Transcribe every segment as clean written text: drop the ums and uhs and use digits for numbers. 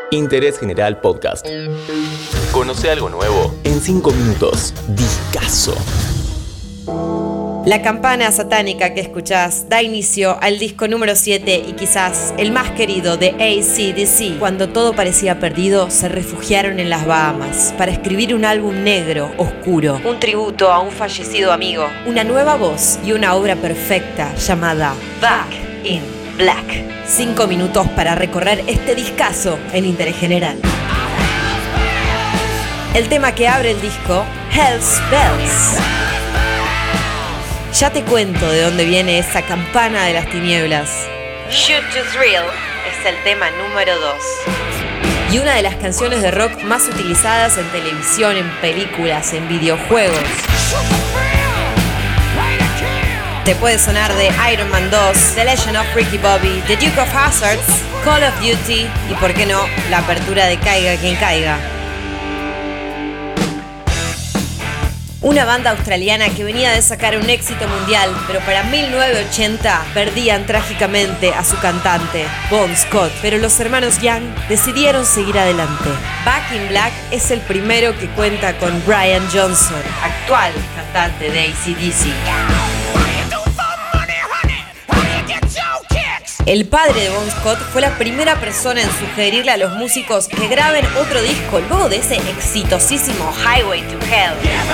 Interés General Podcast. Conoce algo nuevo en 5 minutos. Discazo. La campana satánica que escuchás da inicio al disco número 7 y quizás el más querido de AC/DC. Cuando todo parecía perdido, se refugiaron en las Bahamas para escribir un álbum negro, oscuro, un tributo a un fallecido amigo, una nueva voz y una obra perfecta llamada Back in Black. 5 minutos para recorrer este discazo en Interés General. El tema que abre el disco, Hell's Bells. Ya te cuento de dónde viene esa campana de las tinieblas. Shoot to Thrill es el tema número 2. Y una de las canciones de rock más utilizadas en televisión, en películas, en videojuegos. Te puede sonar de Iron Man 2, The Legend of Ricky Bobby, The Duke of Hazzard, Call of Duty y, por qué no, la apertura de Caiga quien caiga. Una banda australiana que venía de sacar un éxito mundial, pero para 1980 perdían trágicamente a su cantante, Bon Scott, pero los hermanos Young decidieron seguir adelante. Back in Black es el primero que cuenta con Brian Johnson, actual cantante de AC/DC. El padre de Bon Scott fue la primera persona en sugerirle a los músicos que graben otro disco luego de ese exitosísimo Highway to Hell.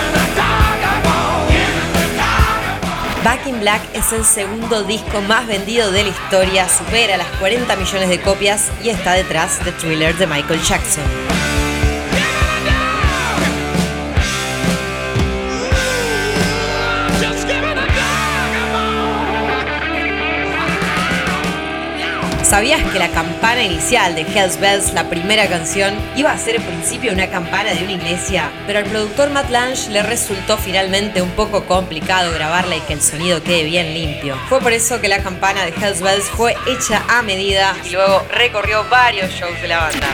Back in Black es el segundo disco más vendido de la historia, supera las 40 millones de copias y está detrás de Thriller de Michael Jackson. ¿Sabías que la campana inicial de Hell's Bells, la primera canción, iba a ser en principio una campana de una iglesia? Pero al productor Matt Lange le resultó finalmente un poco complicado grabarla y que el sonido quede bien limpio. Fue por eso que la campana de Hell's Bells fue hecha a medida y luego recorrió varios shows de la banda.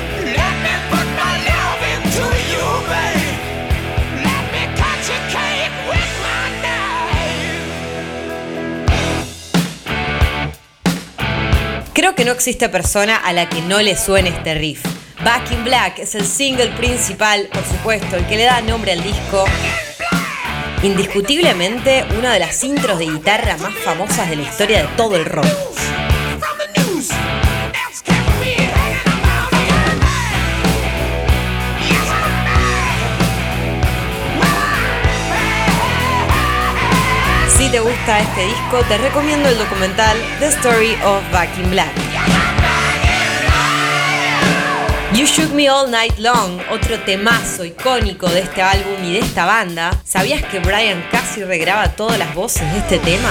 Creo que no existe persona a la que no le suene este riff. Back in Black es el single principal, por supuesto, el que le da nombre al disco. Indiscutiblemente, una de las intros de guitarra más famosas de la historia de todo el rock. Si te gusta este disco, te recomiendo el documental The Story of Back in Black. You Shook Me All Night Long, otro temazo icónico de este álbum y de esta banda. ¿Sabías que Brian casi regraba todas las voces de este tema?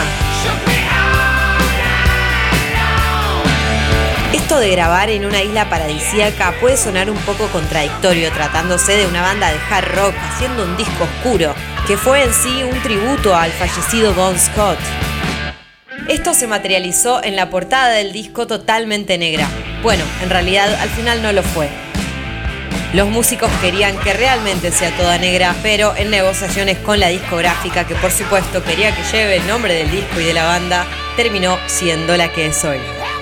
Esto de grabar en una isla paradisíaca puede sonar un poco contradictorio, tratándose de una banda de hard rock haciendo un disco oscuro, que fue en sí un tributo al fallecido Bon Scott. Esto se materializó en la portada del disco totalmente negra. Bueno, en realidad al final no lo fue. Los músicos querían que realmente sea toda negra, pero en negociaciones con la discográfica, que por supuesto quería que lleve el nombre del disco y de la banda, terminó siendo la que es hoy.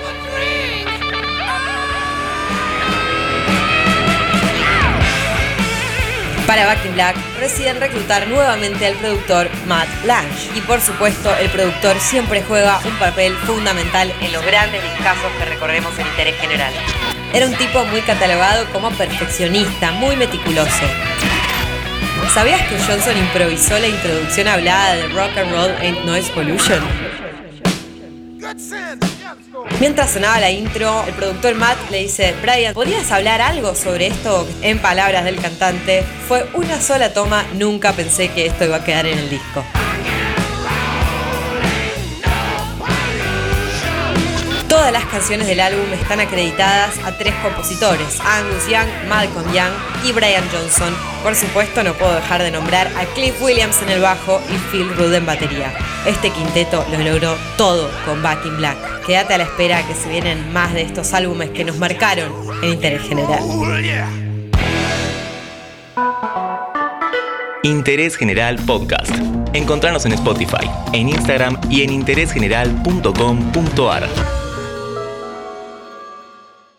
Para Back in Black deciden reclutar nuevamente al productor Matt Lange. Y por supuesto, el productor siempre juega un papel fundamental en los grandes discazos que recorremos en Interés General. Era un tipo muy catalogado como perfeccionista, muy meticuloso. ¿Sabías que Johnson improvisó la introducción hablada de Rock and Roll Ain't Noise Pollution? Mientras sonaba la intro, el productor Matt le dice: Brian, ¿podrías hablar algo sobre esto? En palabras del cantante, fue una sola toma, nunca pensé que esto iba a quedar en el disco. Todas las canciones del álbum están acreditadas a 3 compositores: Angus Young, Malcolm Young y Brian Johnson. Por supuesto, no puedo dejar de nombrar a Cliff Williams en el bajo y Phil Rudd en batería. Este quinteto lo logró todo con Back in Black. Quédate a la espera que se vienen más de estos álbumes que nos marcaron en Interés General. Interés General Podcast. Encontranos en Spotify, en Instagram y en interésgeneral.com.ar.